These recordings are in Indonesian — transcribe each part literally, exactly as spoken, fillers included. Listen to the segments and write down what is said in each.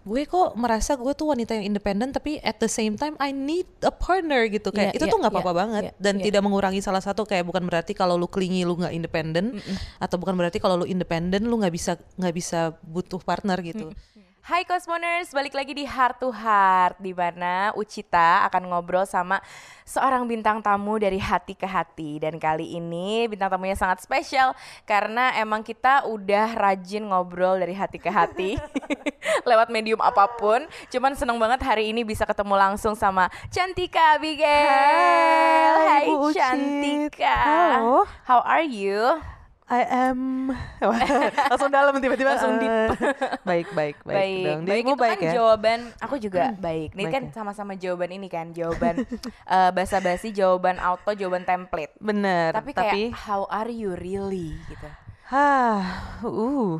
gue kok merasa gue tuh wanita yang independen tapi at the same time I need a partner gitu kayak Yeah, itu yeah, tuh nggak apa-apa yeah, banget yeah, dan yeah. tidak mengurangi salah satu kayak bukan berarti kalau lu clingy lu nggak independen atau bukan berarti kalau lu independen lu nggak bisa nggak bisa butuh partner gitu. Hai Cosmoners, balik lagi di Heart to Heart, di mana Uchita akan ngobrol sama seorang bintang tamu dari hati ke hati. Dan kali ini bintang tamunya sangat spesial karena emang kita udah rajin ngobrol dari hati ke hati lewat medium apapun. Cuman seneng banget hari ini bisa ketemu langsung sama Cantika Abigail. Hai, Hai Bu Uchit. Cantika. Halo. How are you? I am langsung dalam tiba-tiba Langsung deep. uh, baik baik baik, Baik, dong. baik Dirimu itu baik kan ya? jawaban aku juga baik. Ini Baik kan ya? sama-sama jawaban ini kan, jawaban uh, basa-basi, jawaban auto, jawaban template. Bener. Tapi kayak how are you really gitu. Hah, uh,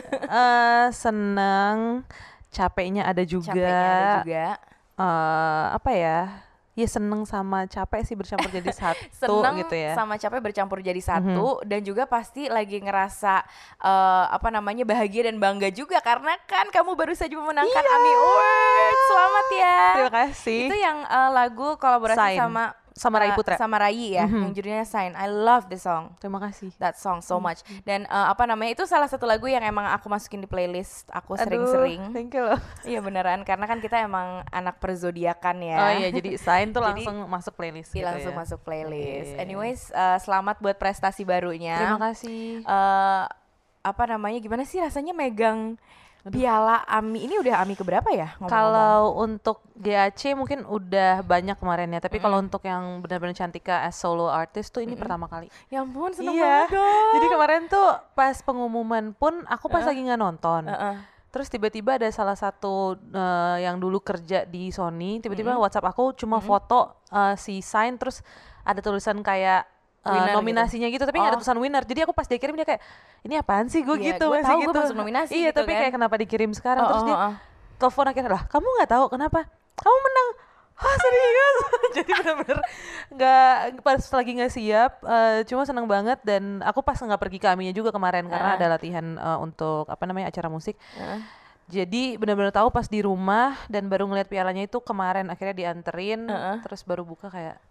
uh, senang, capeknya ada juga. Capeknya ada juga. Uh, apa ya? Ya seneng sama capek sih bercampur jadi satu Seneng gitu ya. sama capek bercampur jadi satu mm-hmm. dan juga pasti lagi ngerasa uh, apa namanya bahagia dan bangga juga karena kan kamu baru saja memenangkan Iya. AMI Awards. Selamat ya. Terima kasih. Itu yang uh, lagu kolaborasi Sign. sama sama Rai uh, Putra. sama Rai ya, mm-hmm. yang judulnya Sign. I love the song. Terima kasih. That song so much. Dan uh, apa namanya itu salah satu lagu yang emang aku masukin di playlist aku Aduh, sering-sering. Thank you loh. Iya beneran karena kan kita emang anak perzodiakan ya. Oh iya jadi Sign tuh Jadi, langsung masuk playlist gitu langsung ya. masuk playlist. Okay. Anyways, uh, selamat buat prestasi barunya. Terima kasih. Uh, apa namanya gimana sih rasanya megang Aduh. Piala AMI ini udah AMI keberapa ya? Kalau untuk G A C mungkin udah banyak kemarin ya, tapi mm. kalau untuk yang benar-benar Cantika as solo artist tuh ini mm. pertama kali. Ya ampun, seneng iya. banget dong. Jadi kemarin tuh pas pengumuman pun aku pas uh. lagi nggak nonton. Uh-uh. Terus tiba-tiba ada salah satu uh, yang dulu kerja di Sony, tiba-tiba mm-hmm. WhatsApp aku cuma mm-hmm. foto uh, si Sign terus ada tulisan kayak Uh, nominasinya gitu, gitu tapi nggak oh. ada tulisan winner. Jadi aku pas dia kirim dia kayak ini apaan sih gue yeah, gitu gue masih tahu gitu. Gue masuk nominasi iya gitu tapi kan. kayak kenapa dikirim sekarang oh, terus oh, dia oh. telepon akhirnya lah kamu nggak tahu kenapa kamu menang. Ah serius. Jadi benar-benar nggak pas lagi nggak siap. Uh, cuma seneng banget dan aku pas nggak pergi ke AMI-nya juga kemarin uh. karena ada latihan uh, untuk apa namanya acara musik. Uh. Jadi benar-benar tahu pas di rumah dan baru ngeliat pialanya itu kemarin akhirnya dianterin uh-uh. terus baru buka kayak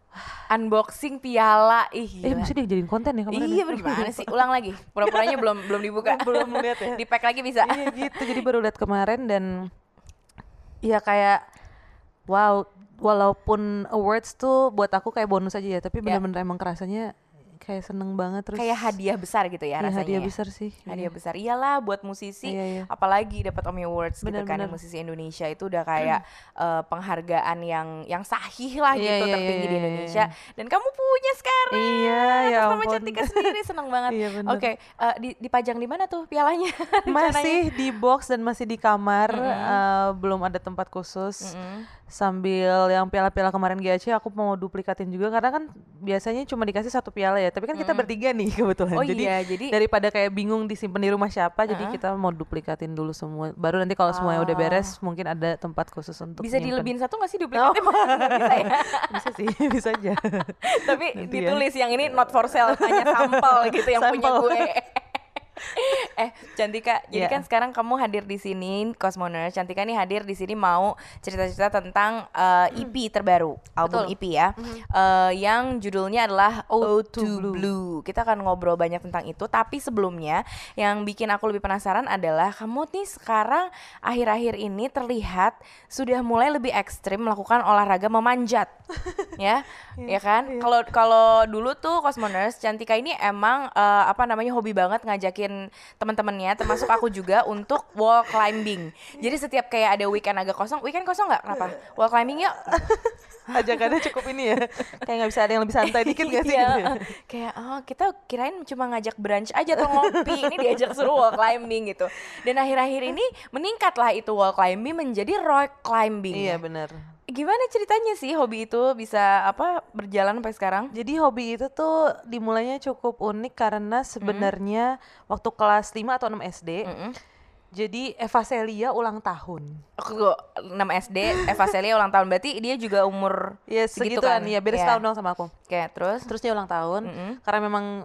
unboxing piala. Ih gila. Eh mesti dia jadiin konten ya kemarin. Iya bagaimana sih? Ulang lagi. Pura-puranya belum belum dibuka. Belum lihat ya. Di-pack lagi bisa. Iya gitu. Jadi baru lihat kemarin dan ya kayak wow, walaupun awards tuh buat aku kayak bonus aja ya, tapi benar-benar yeah. emang kerasanya kayak seneng banget terus kayak hadiah besar gitu ya, ya rasanya. Hadiah ya? besar sih. Hadiah iya. besar. Iyalah buat musisi, iya, iya. apalagi dapat AMI Awards bener, gitu kan, bener. musisi Indonesia itu udah kayak mm. uh, penghargaan yang yang sahih lah iya, gitu iya, tertinggi iya, di Indonesia. Iya. Dan kamu punya sekarang. Iya, ya sama Cantika sendiri seneng banget. Iya, Oke, okay, uh, di, dipajang di mana tuh pialanya? Masih di box dan masih di kamar, mm-hmm. uh, belum ada tempat khusus. Mm-hmm. Sambil yang piala-piala kemarin G A C aku mau duplikatin juga karena kan biasanya cuma dikasih satu piala ya, tapi kan kita mm. bertiga nih kebetulan. Oh jadi, iya, jadi daripada kayak bingung disimpan di rumah siapa, uh-huh. jadi kita mau duplikatin dulu semua. Baru nanti kalau oh. semuanya udah beres, mungkin ada tempat khusus untuk bisa nyimpen. dilebihin satu nggak sih duplikatnya? Oh. Bisa ya? Bisa sih, bisa aja. Tapi nanti ditulis ya. Yang ini not for sale, hanya sampel gitu yang punya gue. eh Cantika, jadi yeah. kan sekarang kamu hadir di sini, Cosmoners. Cantika nih hadir di sini mau cerita-cerita tentang uh, E P terbaru, album Betul. E P ya, mm-hmm. uh, yang judulnya adalah Ode to Blue. Blue. Kita akan ngobrol banyak tentang itu, tapi sebelumnya yang bikin aku lebih penasaran adalah kamu nih sekarang akhir-akhir ini terlihat sudah mulai lebih ekstrim melakukan olahraga memanjat, ya, yeah, ya kan? Kalau yeah. kalau dulu tuh Cosmoners, Cantika ini emang uh, apa namanya hobi banget ngajakin teman-temannya termasuk aku juga untuk wall climbing. Jadi setiap kayak ada weekend agak kosong, weekend kosong nggak? Kenapa? Wall climbing yuk. Ajakannya cukup ini ya. Kayak nggak bisa ada yang lebih santai dikit nggak sih? Iya, gitu ya? Kayak oh kita kirain cuma ngajak brunch aja atau ngopi, ini diajak suruh wall climbing gitu. Dan akhir-akhir ini meningkatlah itu wall climbing menjadi rock climbing. Iya benar. Gimana ceritanya sih hobi itu bisa apa berjalan sampai sekarang? Jadi hobi itu tuh dimulainya cukup unik karena sebenarnya mm. waktu kelas lima atau enam S D. Mm-mm. Jadi Eva Celia ulang tahun. Aku enam S D, Eva Celia ulang tahun, berarti dia juga umur ya segitu segituan kan? Ya beda yeah. setahun dong sama aku. Oke, terus terus dia ulang tahun. Mm-hmm. Karena memang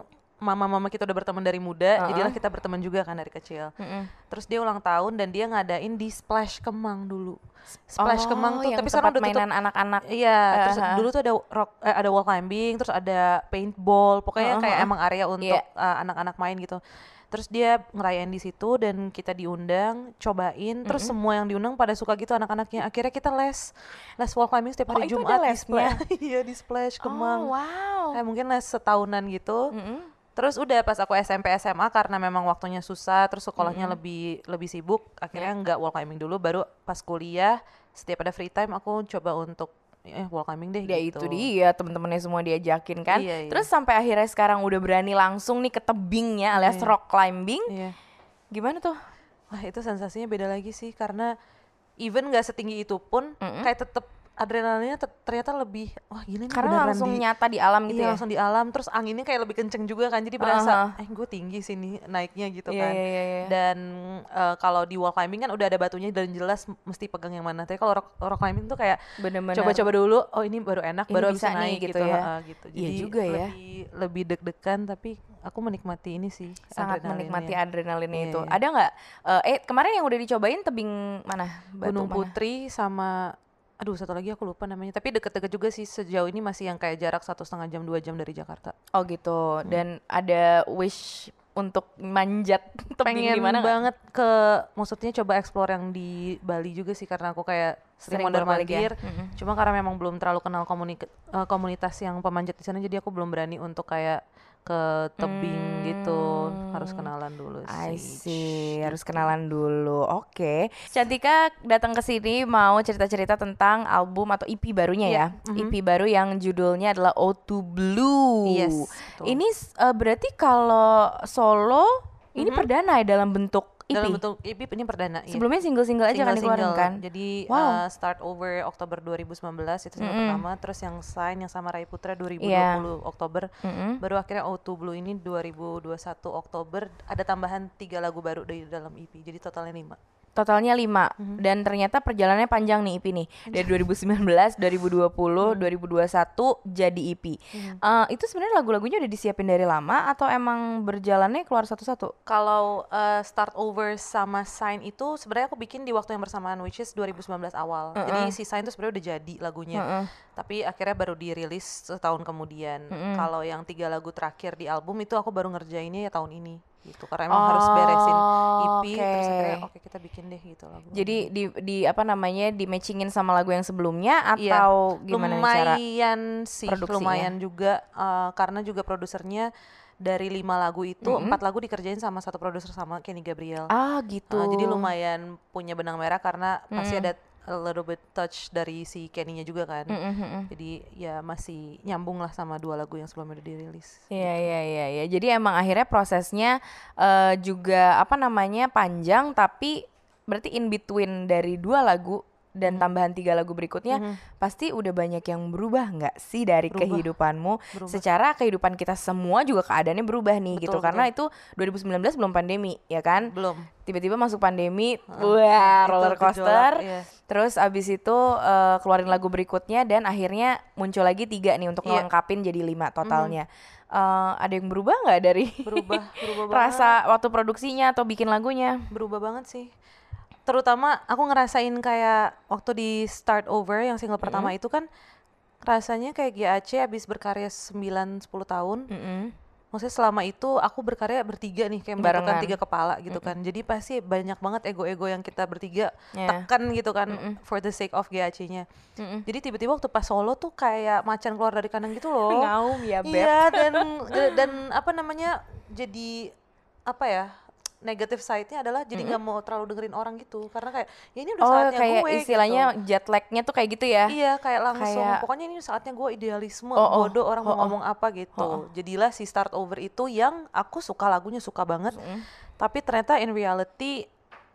mama-mama kita udah berteman dari muda, uh-uh. jadilah kita berteman juga kan dari kecil. Uh-uh. Terus dia ulang tahun dan dia ngadain di Splash Kemang dulu. Splash oh, Kemang tuh, yang tapi sekarang udah tutup. mainan anak-anak. Iya, uh-huh. Terus dulu tuh ada rock, eh, ada wall climbing, terus ada paintball, pokoknya uh-huh. kayak emang area untuk yeah. uh, anak-anak main gitu. Terus dia ngerayain di situ dan kita diundang, cobain, terus mm-hmm. semua yang diundang pada suka gitu anak-anaknya. Akhirnya kita les, les wall climbing setiap hari oh, Jumat di Splash. Iya di Splash Kemang. Oh wow. Kayak mungkin les setahunan gitu. Mm-hmm. Terus udah pas aku S M P S M A karena memang waktunya susah, terus sekolahnya mm-hmm. lebih lebih sibuk, akhirnya yeah. nggak wall climbing dulu. Baru pas kuliah setiap ada free time aku coba untuk eh wall climbing deh ya gitu. Itu dia temen-temennya semua diajakin kan. Iya, iya. Terus sampai akhirnya sekarang udah berani langsung nih ke tebingnya alias iya. rock climbing. Iya. Gimana tuh? Wah itu sensasinya beda lagi sih karena even gak setinggi itu pun mm-hmm. kayak tetep adrenalinnya te- ternyata lebih wah gini nih karena langsung di, nyata di alam gitu iya, ya langsung di alam terus anginnya kayak lebih kenceng juga kan jadi berasa uh-huh. eh gue tinggi sini naiknya gitu yeah, kan yeah, yeah, yeah. dan uh, kalau di wall climbing kan udah ada batunya dan jelas mesti pegang yang mana tapi kalau rock, rock climbing tuh kayak bener-bener coba-coba dulu oh ini baru enak ini baru bisa bisa naik nih, gitu, gitu ya uh, gitu iya jadi juga ya lebih lebih deg-degan tapi aku menikmati ini sih sangat menikmati adrenalinnya yeah, itu yeah. Ada nggak uh, eh kemarin yang udah dicobain tebing mana Batu Gunung mana? Putri sama aduh satu lagi aku lupa namanya tapi deket-deket juga sih sejauh ini masih yang kayak jarak satu setengah jam dua jam dari Jakarta. Oh gitu hmm. Dan ada wish untuk manjat tebing di mana banget ke maksudnya coba explore yang di Bali juga sih karena aku kayak sering mondar-mandir ya? mm-hmm. Cuma karena memang belum terlalu kenal komunik- uh, komunitas yang pemanjat di sana jadi aku belum berani untuk kayak ke tebing hmm. gitu harus kenalan dulu sih. I see, gitu. Harus kenalan dulu. Oke. Okay. Cantika datang ke sini mau cerita-cerita tentang album atau E P barunya yeah. ya. Mm-hmm. E P baru yang judulnya adalah O two Blue. Yes. Betul. Ini uh, berarti kalau solo mm-hmm. ini perdana ya dalam bentuk E P? Dalam bentuk E P ini perdana. Sebelumnya iya. single-single aja kan dikeluarin kan? Jadi wow. uh, Start Over Oktober dua ribu sembilan belas itu single mm-hmm. pertama. Terus yang Sign yang sama Rai Putra dua ribu dua puluh yeah. Oktober. Mm-hmm. Baru akhirnya O two Blue ini dua ribu dua puluh satu Oktober. Ada tambahan tiga lagu baru dari dalam E P. Jadi totalnya lima. Totalnya lima mm-hmm. Dan ternyata perjalanannya panjang nih E P nih. Dari dua ribu sembilan belas, dua ribu dua puluh, mm-hmm. dua ribu dua puluh satu jadi E P. Mm-hmm. uh, Itu sebenarnya lagu-lagunya udah disiapin dari lama atau emang berjalannya keluar satu-satu? Kalau uh, Start Over sama Sign itu sebenarnya aku bikin di waktu yang bersamaan which is dua ribu sembilan belas awal. Uh-uh. Jadi si Sign itu sebenarnya udah jadi lagunya. Uh-uh. Tapi akhirnya baru dirilis setahun kemudian. Uh-uh. Kalau yang tiga lagu terakhir di album itu aku baru ngerjainnya ya tahun ini. Gitu karena emang oh, harus beresin E P okay. Terus akhirnya oke okay, kita bikin deh gitu lagu. Jadi di di apa namanya di matchingin sama lagu yang sebelumnya atau iya. gimana lumayan cara sih lumayan juga uh, karena juga produsernya dari lima lagu itu mm-hmm. empat lagu dikerjain sama satu produser sama Kenny Gabriel. Ah gitu. Uh, jadi lumayan punya benang merah karena mm-hmm. pasti ada a little bit touch dari si Kenny-nya juga kan. Mm-hmm. Jadi ya masih nyambung lah sama dua lagu yang sebelumnya udah dirilis. Iya iya iya ya. Jadi emang akhirnya prosesnya uh, juga apa namanya panjang tapi berarti in between dari dua lagu dan hmm. tambahan tiga lagu berikutnya hmm. pasti udah banyak yang berubah nggak sih dari berubah. kehidupanmu berubah. Secara kehidupan kita semua juga keadaannya berubah nih betul, gitu betul. Karena itu dua ribu sembilan belas belum pandemi ya kan belum tiba-tiba masuk pandemi hmm. wah roller coaster iya. Terus abis itu uh, keluarin lagu berikutnya dan akhirnya muncul lagi tiga nih untuk yeah. ngelengkapin jadi lima totalnya hmm. uh, ada yang berubah nggak dari berubah berubah rasa banget. Waktu produksinya atau bikin lagunya berubah banget sih. Terutama aku ngerasain kayak waktu di Start Over yang single mm-hmm. pertama itu kan rasanya kayak G A C abis berkarya sembilan sepuluh tahun. Mm-hmm. Maksudnya selama itu aku berkarya bertiga nih kayak menyatukan tiga kepala gitu mm-hmm. kan. Jadi pasti banyak banget ego-ego yang kita bertiga yeah. tekan gitu kan mm-hmm. for the sake of G A C-nya. Mm-hmm. Jadi tiba-tiba waktu pas solo tuh kayak macan keluar dari kandang gitu loh. Ngaum ya Beb. Iya dan dan apa namanya jadi apa ya? Negatif side-nya adalah jadi nggak mm-hmm. mau terlalu dengerin orang gitu karena kayak ya ini udah oh, saatnya kayak gue istilahnya gitu. Jet lag-nya tuh kayak gitu ya iya kayak langsung kayak... pokoknya ini saatnya gue idealisme oh, oh, bodoh orang oh, mau oh. ngomong apa gitu oh, oh. Jadilah si Start Over itu yang aku suka lagunya suka banget mm. tapi ternyata in reality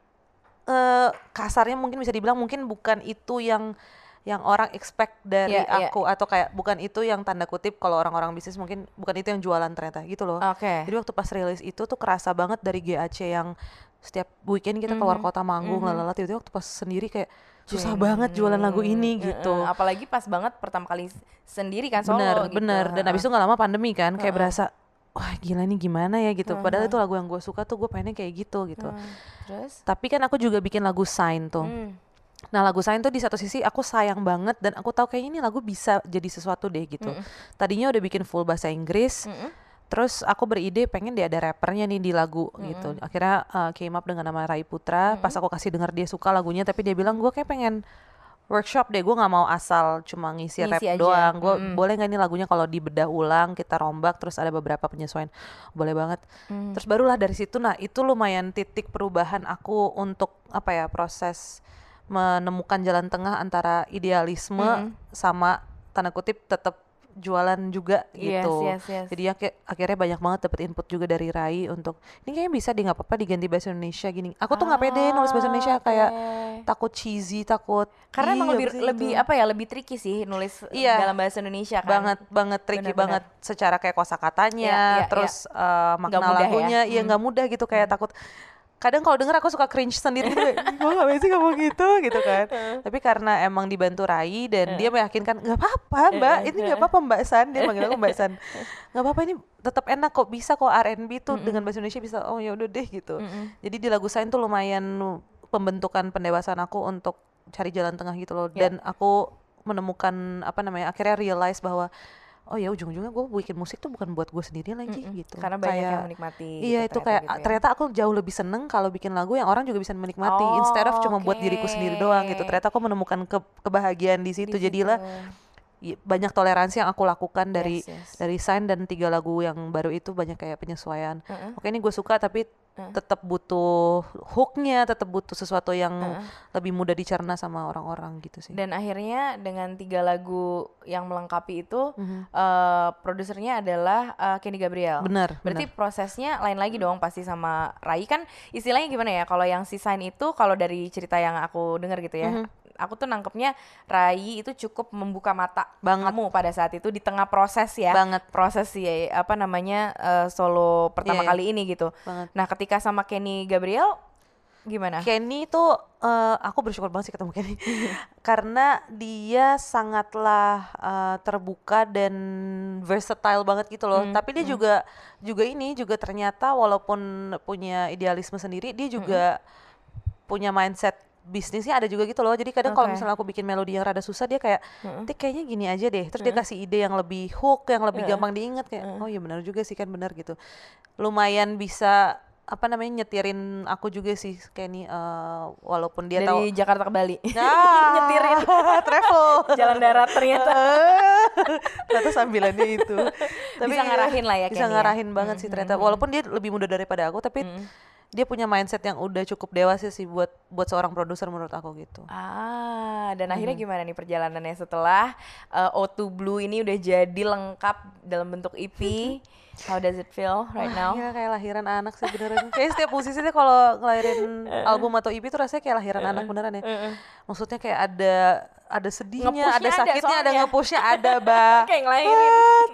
uh, kasarnya mungkin bisa dibilang mungkin bukan itu yang yang orang expect dari yeah, aku yeah. atau kayak bukan itu yang tanda kutip kalau orang-orang bisnis mungkin bukan itu yang jualan ternyata gitu loh. Okay. Jadi waktu pas rilis itu tuh kerasa banget dari G A C yang setiap weekend kita keluar kota manggung mm-hmm. lalala tiba-tiba waktu pas sendiri kayak susah hmm. banget jualan lagu ini hmm. gitu. Hmm. Apalagi pas banget pertama kali sendiri kan solo bener, gitu. Bener, dan abis itu gak lama pandemi kan kayak uh-uh. berasa wah gila nih gimana ya gitu. Padahal Uh-huh. itu lagu yang gue suka tuh, gue pengennya kayak gitu gitu. Hmm. Terus? Tapi kan aku juga bikin lagu Sign tuh. Hmm. Nah lagu Sign tuh di satu sisi aku sayang banget dan aku tahu kayaknya ini lagu bisa jadi sesuatu deh gitu. Mm-mm. Tadinya udah bikin full bahasa Inggris. Mm-mm. Terus aku beride pengen dia ada rappernya nih di lagu Mm-mm. gitu. Akhirnya uh, came up dengan nama Rai Putra. Mm-mm. Pas aku kasih denger dia suka lagunya, tapi dia bilang gue kayak pengen workshop deh, gue nggak mau asal cuma ngisi, Ngisi rap aja. doang. Gue Mm-mm. boleh nggak nih lagunya kalau dibedah ulang, kita rombak, terus ada beberapa penyesuaian, boleh banget. Mm. Terus barulah dari situ, nah itu lumayan titik perubahan aku untuk apa ya, proses menemukan jalan tengah antara idealisme Mm-mm. sama tanda kutip tetap jualan juga Yes, gitu. yes, yes. Jadi ya kayak akhirnya banyak banget dapet input juga dari Rai untuk ini kayaknya bisa deh, nggak apa-apa diganti bahasa Indonesia gini. Aku tuh nggak pede nulis bahasa Indonesia, Ah, kayak oke. takut cheesy, takut Karena emang "Ih, lebih apa sih lebih itu?" apa ya, lebih tricky sih nulis Iya. dalam bahasa Indonesia kan. banget banget tricky Benar-benar. banget secara kayak kosakatanya, Iya, iya, terus eh, makna mudah ya. lagunya iya Hmm. nggak mudah gitu, kayak takut. Kadang kalau denger aku suka cringe sendiri gitu, kayak gue nggak sih ngomong gitu gitu kan. Tapi karena emang dibantu Rai dan dia meyakinkan nggak apa-apa Mbak, ini nggak apa-apa Mbak San, dia manggil aku Mbak San, nggak apa-apa ini tetap enak kok, bisa kok R and B tuh dengan bahasa Indonesia bisa. Oh ya udah deh gitu. Mm-mm. Jadi di lagu Sign tuh lumayan pembentukan pendewasaan aku untuk cari jalan tengah gitu loh. Ya. Dan aku menemukan apa namanya, akhirnya realize bahwa oh ya ujung-ujungnya gue bikin musik tuh bukan buat gue sendiri lagi Mm-mm. gitu. Karena banyak Kayak- yang menikmati. Iya gitu itu ternyata kayak gitu ya. ternyata aku jauh lebih seneng kalau bikin lagu yang orang juga bisa menikmati, Oh, instead of cuma buat diriku sendiri doang gitu. oke. Ternyata aku menemukan ke- kebahagiaan di situ. Di Jadilah situ. i- banyak toleransi yang aku lakukan dari Yes, yes. dari Sign, dan tiga lagu yang baru itu banyak kayak penyesuaian. Uh-uh. Oke ini gue suka tapi Uh. tetap butuh hooknya, tetap butuh sesuatu yang Uh-uh. lebih mudah dicerna sama orang-orang gitu sih. Dan akhirnya dengan tiga lagu yang melengkapi itu, Mhm. eh, produsernya adalah eh, Kenny Gabriel. Benar, Berarti benar. prosesnya lain lagi dong pasti sama Rai, kan istilahnya gimana ya? Kalau yang si Sign itu, kalau dari cerita yang aku dengar gitu ya, Mhm. aku tuh nangkepnya Rai itu cukup membuka mata Banget. kamu pada saat itu di tengah proses ya. Banget. Proses si apa namanya eh, solo pertama Iya, iya. kali ini gitu. Banget. Nah, ketika sama Kenny Gabriel gimana? Kenny tuh eh, aku bersyukur banget sih ketemu Kenny karena dia sangatlah eh, terbuka dan versatile banget gitu loh. Hmm, Tapi dia juga juga ini juga ternyata walaupun punya idealisme sendiri, dia juga punya mindset bisnisnya ada juga gitu loh. Jadi kadang kalau Oke. misalnya aku bikin melodi yang rada susah, dia kayak Mm-mm. "Tik, kayaknya gini aja deh." Terus dia kasih ide yang lebih hook, yang lebih Mm-mm. gampang diingat, kayak oh iya benar juga sih, kan benar gitu. Lumayan bisa apa namanya nyetirin aku juga sih Kenny, eh, walaupun dia tahu Dari Jakarta ke Bali. Ah, Nyetirin. travel Jalan darat ternyata. ternyata sambilannya itu. Bisa ngarahin lah ya bisa Kenny ya. ngarahin banget sih ternyata, walaupun dia lebih muda daripada aku, tapi dia punya mindset yang udah cukup dewasa sih buat buat seorang produser menurut aku gitu. Ah, dan akhirnya gimana nih perjalanannya setelah uh, O two Blue ini udah jadi lengkap dalam bentuk E P? How does it feel right Wah, now? iya kayak lahiran anak sih beneran. Kayak setiap musisi tuh kalau ngelahirin album atau E P tuh rasanya kayak lahiran anak beneran ya. Maksudnya kayak ada ada sedihnya, Nge-pushnya ada ada sakitnya, ada soalnya. nge-pushnya ada, Ba. Kayak ngelahirin.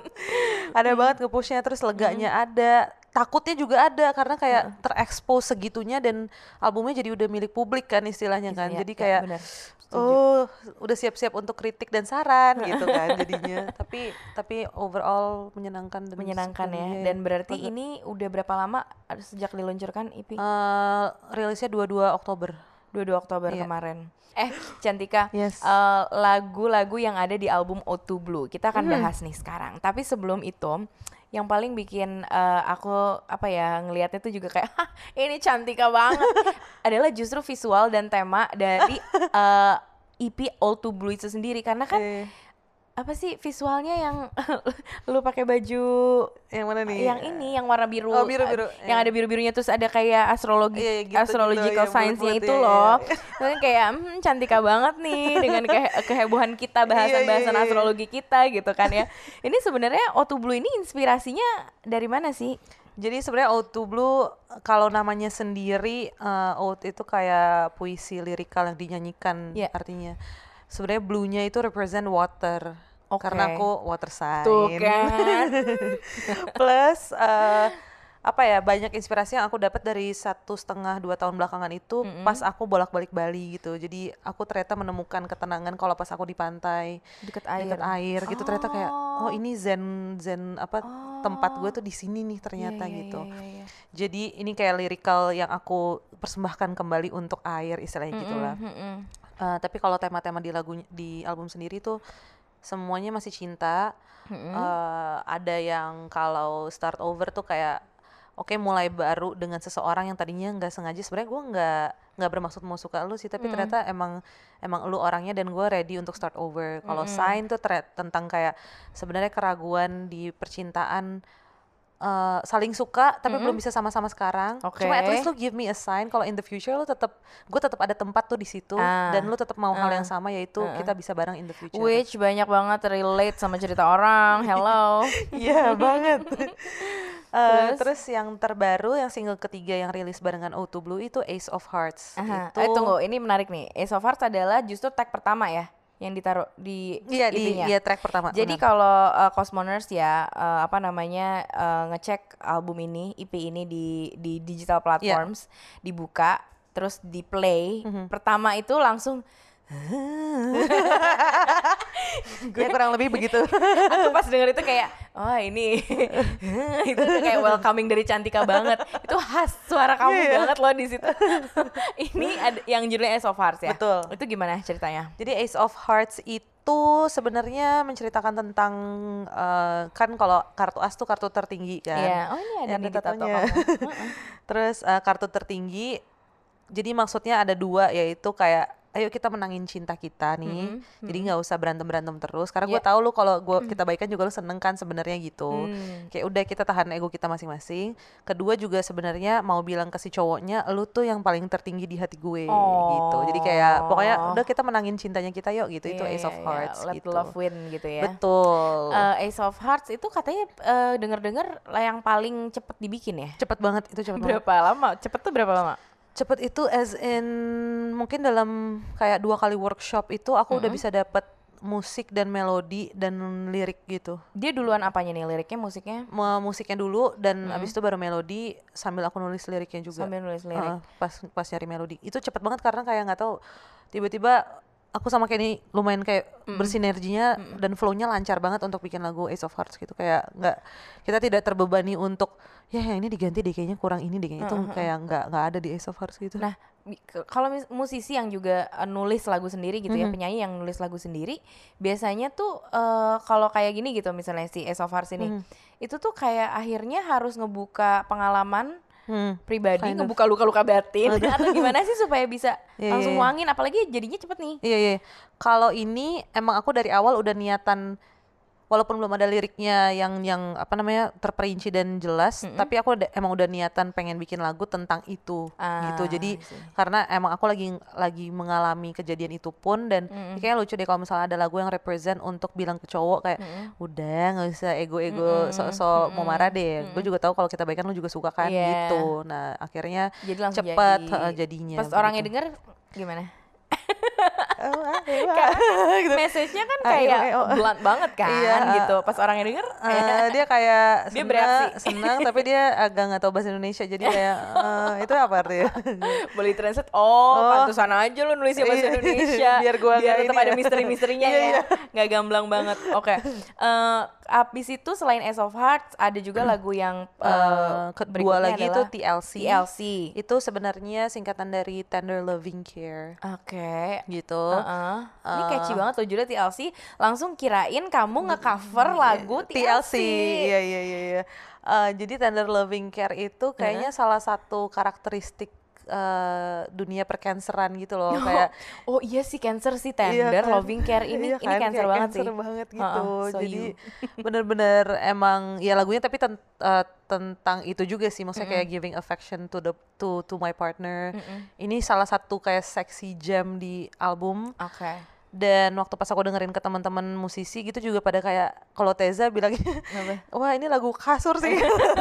Ada banget nge-pushnya, terus leganya ada, takutnya juga ada karena kayak terekspos segitunya dan albumnya jadi udah milik publik kan istilahnya kan. Iya, Jadi iya, kayak benar. oh, udah siap-siap untuk kritik dan saran gitu kan jadinya. Tapi tapi overall menyenangkan dan Menyenangkan ya. iya, Dan berarti banget. ini udah berapa lama sejak diluncurkan E P? Eh, rilisnya dua puluh dua Oktober. dua puluh dua Oktober Iya. kemarin. Eh, Cantika, Yes. eh, lagu-lagu yang ada di album O two Blue kita akan Hmm. bahas nih sekarang. Tapi sebelum itu, yang paling bikin eh, aku apa ya ngelihatnya tuh juga kayak, "Hah, ini Cantika banget," adalah justru visual dan tema dari eh, E P O two Blue itu sendiri, karena kan Eh, apa sih visualnya yang lu pakai baju yang mana nih? yang ini yang warna biru, Oh, biru-biru, yang iya. ada biru-birunya, terus ada kayak astrologi Iya, iya, gitu, astrological gitu, yang science-nya bulat-bulat, itu iya, loh. iya. Terus kayak hmm, Cantika banget nih dengan ke- kehebohan kita, bahasan-bahasan Iya, iya, iya. astrologi kita gitu kan ya. Ini sebenarnya O two Blue ini inspirasinya dari mana sih? Jadi sebenarnya O two Blue kalau namanya sendiri, uh, Oud itu kayak puisi lirikal yang dinyanyikan Iya. artinya. Sebenarnya blue-nya itu represent water. Oke. Karena aku water sign. Tuh kan. Plus uh, apa ya, banyak inspirasi yang aku dapat dari satu setengah dua tahun belakangan itu mm-hmm. pas aku bolak-balik Bali gitu. Jadi aku ternyata menemukan ketenangan kalau pas aku di pantai deket air, deket air gitu. Oh. Ternyata kayak oh ini zen zen apa oh. tempat gue tuh di sini nih ternyata yeah, yeah, gitu. Yeah, yeah, yeah. Jadi ini kayak lyrical yang aku persembahkan kembali untuk air istilahnya mm-hmm, gitulah. Mm-hmm. Uh, tapi kalau tema-tema di lagu di album sendiri tuh semuanya masih cinta. Mm-hmm. Uh, ada yang kalau start over tuh kayak oke okay, mulai baru dengan seseorang yang tadinya nggak sengaja, sebenarnya gue nggak nggak bermaksud mau suka lu sih, tapi mm. ternyata emang emang lu orangnya dan gue ready untuk start over. Kalau mm. Sign tuh ter- tentang kayak sebenarnya keraguan di percintaan, uh, saling suka tapi mm-hmm. belum bisa sama-sama sekarang. Okay. Cuma at least lu give me a sign kalau in the future lu tetap, gue tetap ada tempat tuh di situ ah. dan lu tetap mau uh. hal yang sama, yaitu uh. kita bisa bareng in the future. Which banyak banget relate sama cerita orang. Hello. Iya yeah, banget. Uh, terus? terus yang terbaru, yang single ketiga yang rilis barengan O two Blue itu Ace of Hearts. Itu eh, tunggu, ini menarik nih. Ace of Hearts adalah justru tag pertama ya yang ditaruh di iya, di iya track pertama. Jadi kalau uh, Cosmoners ya uh, apa namanya uh, ngecek album ini, E P ini di di digital platforms, yeah. dibuka terus di play, mm-hmm. pertama itu langsung gue ya, kurang lebih begitu. Aku pas denger itu kayak oh ini itu kayak welcoming dari Cantika banget. Itu khas suara kamu yeah, banget loh di situ. Ini ada yang judulnya Ace of Hearts ya. Betul. Itu gimana ceritanya? Jadi Ace of Hearts itu sebenarnya menceritakan tentang uh, kan kalau kartu as tuh kartu tertinggi kan. Iya. Yeah. Oh ini ada nih tato kamu. Terus uh, kartu tertinggi. Jadi maksudnya ada dua, yaitu kayak ayo kita menangin cinta kita nih, mm-hmm. jadi nggak usah berantem berantem terus. Karena yeah. gue tahu lu kalau gue kita baikan juga lu seneng kan sebenarnya gitu. Mm. Kayak udah kita tahan ego kita masing-masing. Kedua juga sebenarnya mau bilang ke si cowoknya, lu tuh yang paling tertinggi di hati gue oh. gitu. Jadi kayak pokoknya udah kita menangin cintanya kita yuk gitu. Yeah, itu Ace yeah, of Hearts yeah. Let gitu. love win gitu ya. Betul. Uh, Ace of Hearts itu katanya uh, denger-dengar yang paling cepet dibikin ya? Cepet banget itu cepet berapa banget. lama? Cepet tuh berapa lama? Cepet itu as in mungkin dalam kayak dua kali workshop itu aku mm-hmm. udah bisa dapet musik dan melodi dan lirik gitu. Dia duluan apanya nih, liriknya, musiknya? M- musiknya dulu dan mm-hmm. abis itu baru melodi sambil aku nulis liriknya juga. Sambil nulis lirik. Uh, pas pas nyari melodi. Itu cepet banget karena kayak nggak tahu tiba-tiba aku sama Kenny lumayan kayak mm. bersinerginya mm. dan flow-nya lancar banget untuk bikin lagu Ace of Hearts gitu. Kayak nggak, kita tidak terbebani untuk ya yang ini diganti deh kayaknya kurang ini deh kayaknya, uh-huh. itu kayak nggak nggak ada di Ace of Hearts gitu. Nah kalau mis- musisi yang juga uh, nulis lagu sendiri gitu mm-hmm. ya, penyanyi yang nulis lagu sendiri biasanya tuh uh, kalau kayak gini gitu misalnya si Ace of Hearts ini mm. itu tuh kayak akhirnya harus ngebuka pengalaman Hmm, pribadi, kind of. Ngebuka luka-luka batin atau gimana sih supaya bisa yeah, langsung yeah. wangin, apalagi jadinya cepet nih. Iya yeah, iya. Yeah. Kalau ini emang aku dari awal udah niatan, walaupun belum ada liriknya yang yang apa namanya terperinci dan jelas, mm-hmm. tapi aku udah, emang udah niatan pengen bikin lagu tentang itu ah, gitu. Jadi karena emang aku lagi lagi mengalami kejadian itu pun, dan mm-hmm. kayaknya lucu deh kalau misalnya ada lagu yang represent untuk bilang ke cowok kayak mm-hmm. udah nggak usah ego-ego mm-hmm. sok-sok mm-hmm. mau marah deh. Mm-hmm. Gue juga tahu kalau kita baikan lu juga suka kan yeah. gitu. Nah akhirnya jadi cepet jadi. uh, jadinya. Pas begitu. Orangnya denger gimana? Oh, ayo, gitu. Message-nya kan kayak ayo, ayo. blunt banget kan iya, gitu. Pas orangnya denger uh, dia kayak dia senang, bereaksi. senang tapi dia agak nggak tahu bahasa Indonesia, jadi kayak uh, itu apa artinya? Boleh translate. Oh, oh. pantesan aja lu nulisnya bahasa Indonesia. Biar gua biar tetap ada misteri-misterinya ya. Nggak gamblang banget. Oke. Okay. Uh, abis itu selain Ace of Hearts ada juga lagu yang uh, kedua lagi itu T L C. T L C. Itu sebenarnya singkatan dari Tender Loving Care. Oke. Okay. Gitu. Uh-uh. Uh, Ini catchy banget loh judulnya T L C. Langsung kirain kamu nge-cover lagu T L C. T L C. Iya iya iya iya. Uh, jadi Tender Loving Care itu kayaknya uh-huh. salah satu karakteristik Uh, dunia percanceran gitu loh. Oh, kayak oh iya sih, cancer sih tender iya kan? Loving care ini iya kan? Ini cancer banget cancer sih. banget gitu. Uh-uh, so jadi bener-bener emang ya lagunya tapi ten, uh, tentang itu juga sih, maksudnya mm-hmm. kayak giving affection to the to to my partner. Mm-hmm. Ini salah satu kayak sexy jam di album. Oke. Okay. Dan waktu pas aku dengerin ke teman-teman musisi gitu juga pada kayak kalau Teza bilangnya, wah ini lagu kasur sih.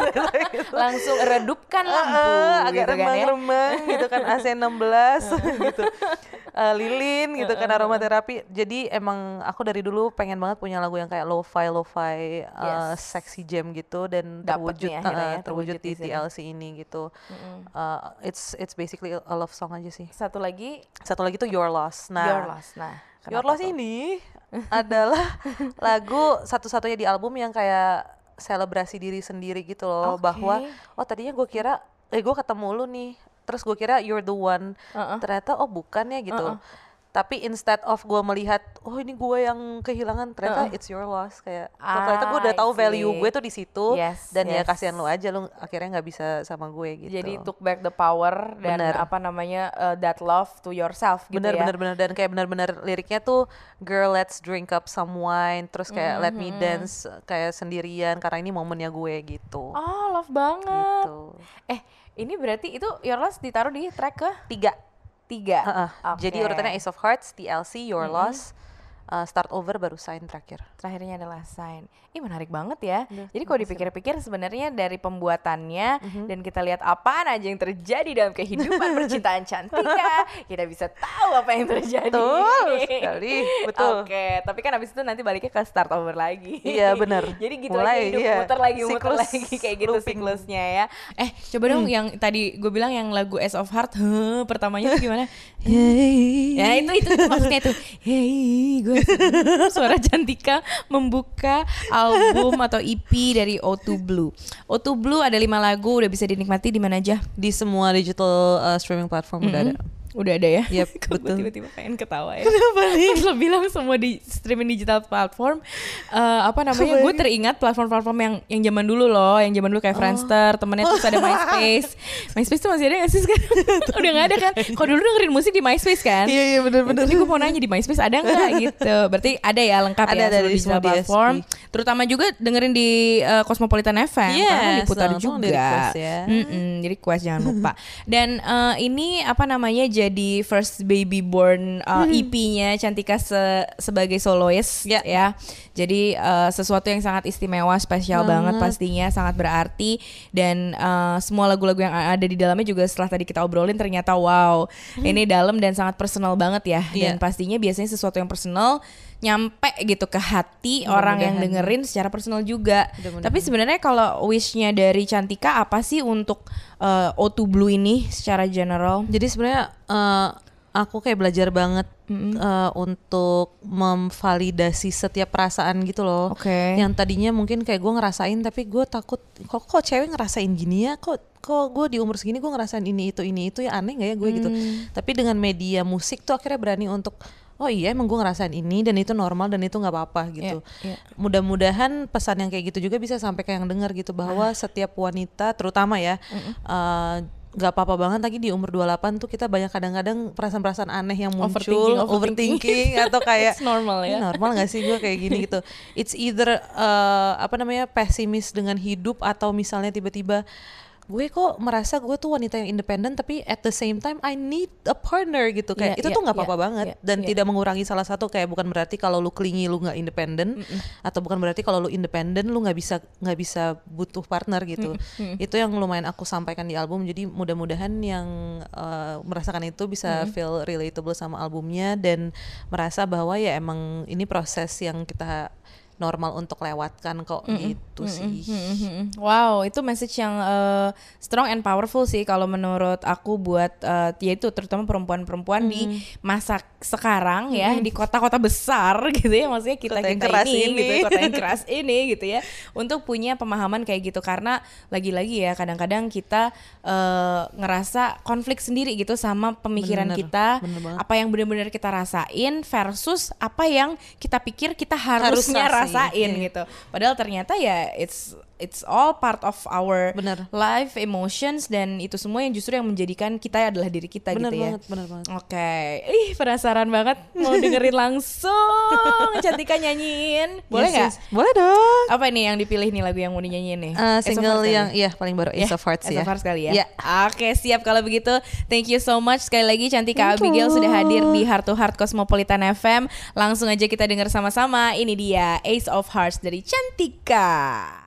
Langsung redupkan lampu, uh, agak gitu remang-remang kan ya? gitu kan, A C enam belas gitu, uh, lilin gitu kan, aromaterapi. Jadi emang aku dari dulu pengen banget punya lagu yang kayak lo-fi lo-fi uh, yes. sexy jam gitu, dan Dapet terwujud nih, uh, ya, terwujud di di T L C ini gitu. Mm-hmm. uh, it's it's basically a love song aja sih. Satu lagi satu lagi tuh Your Loss. Nah Your Loss nah Your Loss ini adalah lagu satu-satunya di album yang kayak selebrasi diri sendiri gitu loh. Okay. Bahwa oh tadinya gue kira eh gue ketemu lu nih, terus gue kira you're the one, uh-uh. ternyata oh bukan ya gitu. Uh-uh. Tapi instead of gue melihat oh ini gue yang kehilangan, ternyata uh-uh. it's your loss, kayak ah, ternyata gue udah tahu value gue tuh di situ. Yes, dan yes. ya kasihan lu aja, lu akhirnya nggak bisa sama gue gitu. Jadi took back the power dan bener. apa namanya uh, that love to yourself gitu bener, ya. Bener-bener dan kayak bener-bener liriknya tuh girl let's drink up some wine, terus kayak mm-hmm. let me dance kayak sendirian karena ini momennya gue gitu. Oh love banget. Gitu. Eh ini berarti itu Your Loss ditaruh di track ke tiga. Tiga. Uh-uh. Okay. Jadi urutannya Ace of Hearts, T L C, Your mm-hmm. Loss, uh, Start Over, baru Sign terakhir. Terakhirnya adalah Sign. Ih menarik banget ya. Udah, jadi kalau dipikir-pikir sebenarnya dari pembuatannya mm-hmm. dan kita lihat apaan aja yang terjadi dalam kehidupan percintaan Cantika, kita bisa tahu apa yang terjadi. Betul sekali, betul. Oke, okay. tapi kan abis itu nanti baliknya ke Start Over lagi. Iya benar. Jadi gitu Mulai, aja hidup iya. muter lagi, muter Siklus, lagi kayak gitu looping. Siklusnya ya. Eh coba dong hmm. yang tadi gue bilang yang lagu Ace of Heart, huh, pertamanya tuh gimana? Hey. Ya itu itu maksudnya tuh. Hey, gue suara Cantika membuka album atau E P dari O two Blue. O two Blue ada lima lagu, udah bisa dinikmati di mana aja? Di semua digital uh, streaming platform mm-hmm. udah ada. Udah ada ya? Yep, betul. Tiba-tiba pengen ketawa ya. Kenapa nih? Lo bilang semua di streaming digital platform. Uh, apa namanya? Gue teringat platform-platform yang yang zaman dulu loh, yang zaman dulu kayak oh. Friendster, temennya terus ada MySpace. MySpace tuh masih ada nggak sih sekarang? Udah nggak ada kan? Kalau dulu dengerin musik di MySpace kan? Iya iya benar-benar. Jadi gue mau nanya di MySpace ada nggak gitu? Berarti ada ya lengkap ada, ya ada di digital platform. D S P. Terutama juga dengerin di uh, Cosmopolitan F M yes, karena diputar so, juga. Request, ya. Jadi request jangan lupa. Dan uh, ini apa namanya jadi first baby born uh, E P-nya Cantika se- sebagai soloist yeah. ya. Jadi uh, sesuatu yang sangat istimewa, spesial banget, banget pastinya, sangat berarti, dan uh, semua lagu-lagu yang ada di dalamnya juga setelah tadi kita obrolin ternyata wow, hmm. ini dalam dan sangat personal banget ya. Yeah. Dan pastinya biasanya sesuatu yang personal nyampe gitu ke hati mudah-mudahan. Orang yang dengerin secara personal juga. Mudah-mudahan. Tapi sebenarnya kalau wish-nya dari Cantika apa sih untuk uh, O two Blue ini secara general? Jadi sebenarnya uh, aku kayak belajar banget mm-hmm. uh, untuk memvalidasi setiap perasaan gitu loh. Okay. Yang tadinya mungkin kayak gue ngerasain tapi gue takut kok kok cewek ngerasain gini ya, kok kok gue di umur segini gue ngerasain ini itu ini itu ya aneh nggak ya gue mm. gitu. Tapi dengan media musik tuh akhirnya berani untuk oh iya emang gue ngerasain ini dan itu normal dan itu nggak apa-apa gitu. Yeah, yeah. Mudah-mudahan pesan yang kayak gitu juga bisa sampai ke yang dengar gitu, bahwa ah. setiap wanita terutama ya. Mm-hmm. Uh, gak apa-apa banget lagi di umur dua puluh delapan tuh kita banyak kadang-kadang perasaan-perasaan aneh yang muncul, overthinking, overthinking. overthinking atau kayak it's normal ya. Normal gak sih gue kayak gini gitu. It's either uh, apa namanya pesimis dengan hidup, atau misalnya tiba-tiba gue kok merasa gue tuh wanita yang independen tapi at the same time I need a partner gitu, kayak yeah, itu yeah, tuh nggak apa-apa yeah, banget yeah, dan yeah. tidak mengurangi salah satu, kayak bukan berarti kalau lu clingy lu nggak independen, atau bukan berarti kalau lu independen lu nggak bisa nggak bisa butuh partner gitu. Mm-mm. Itu yang lumayan aku sampaikan di album, jadi mudah-mudahan yang uh, merasakan itu bisa mm-hmm. feel relatable sama albumnya dan merasa bahwa ya emang ini proses yang kita normal untuk lewatkan kok mm-mm. gitu mm-mm. sih. Mm-mm. Wow, itu message yang uh, strong and powerful sih kalau menurut aku buat uh, ya itu terutama perempuan-perempuan mm. di masa sekarang ya, mm. di kota-kota besar gitu ya, maksudnya kita-kita ini, ini gitu, kota yang keras ini gitu ya, untuk punya pemahaman kayak gitu, karena lagi-lagi ya kadang-kadang kita uh, ngerasa konflik sendiri gitu sama pemikiran bener, kita, bener apa yang benar-benar kita rasain versus apa yang kita pikir kita harusnya Harus rasain yeah. gitu. Padahal ternyata ya it's it's all part of our Bener. life, emotions, dan itu semua yang justru yang menjadikan kita adalah diri kita. Bener gitu banget, ya. bener banget. Oke, okay. Ih penasaran banget mau dengerin langsung Cantika nyanyiin. Boleh nggak? Yes, yes. Boleh dong. Apa nih yang dipilih nih lagu yang mau dinyanyiin nih? Uh, single yang iya paling baru Ace yeah, of Hearts Ace ya. of Hearts kali ya. Yeah. Oke, siap kalau begitu. Thank you so much sekali lagi Cantika Abigail sudah hadir di Heart to Heart Cosmopolitan F M. Langsung aja kita dengar sama-sama. Ini dia Ace of Hearts dari Cantika.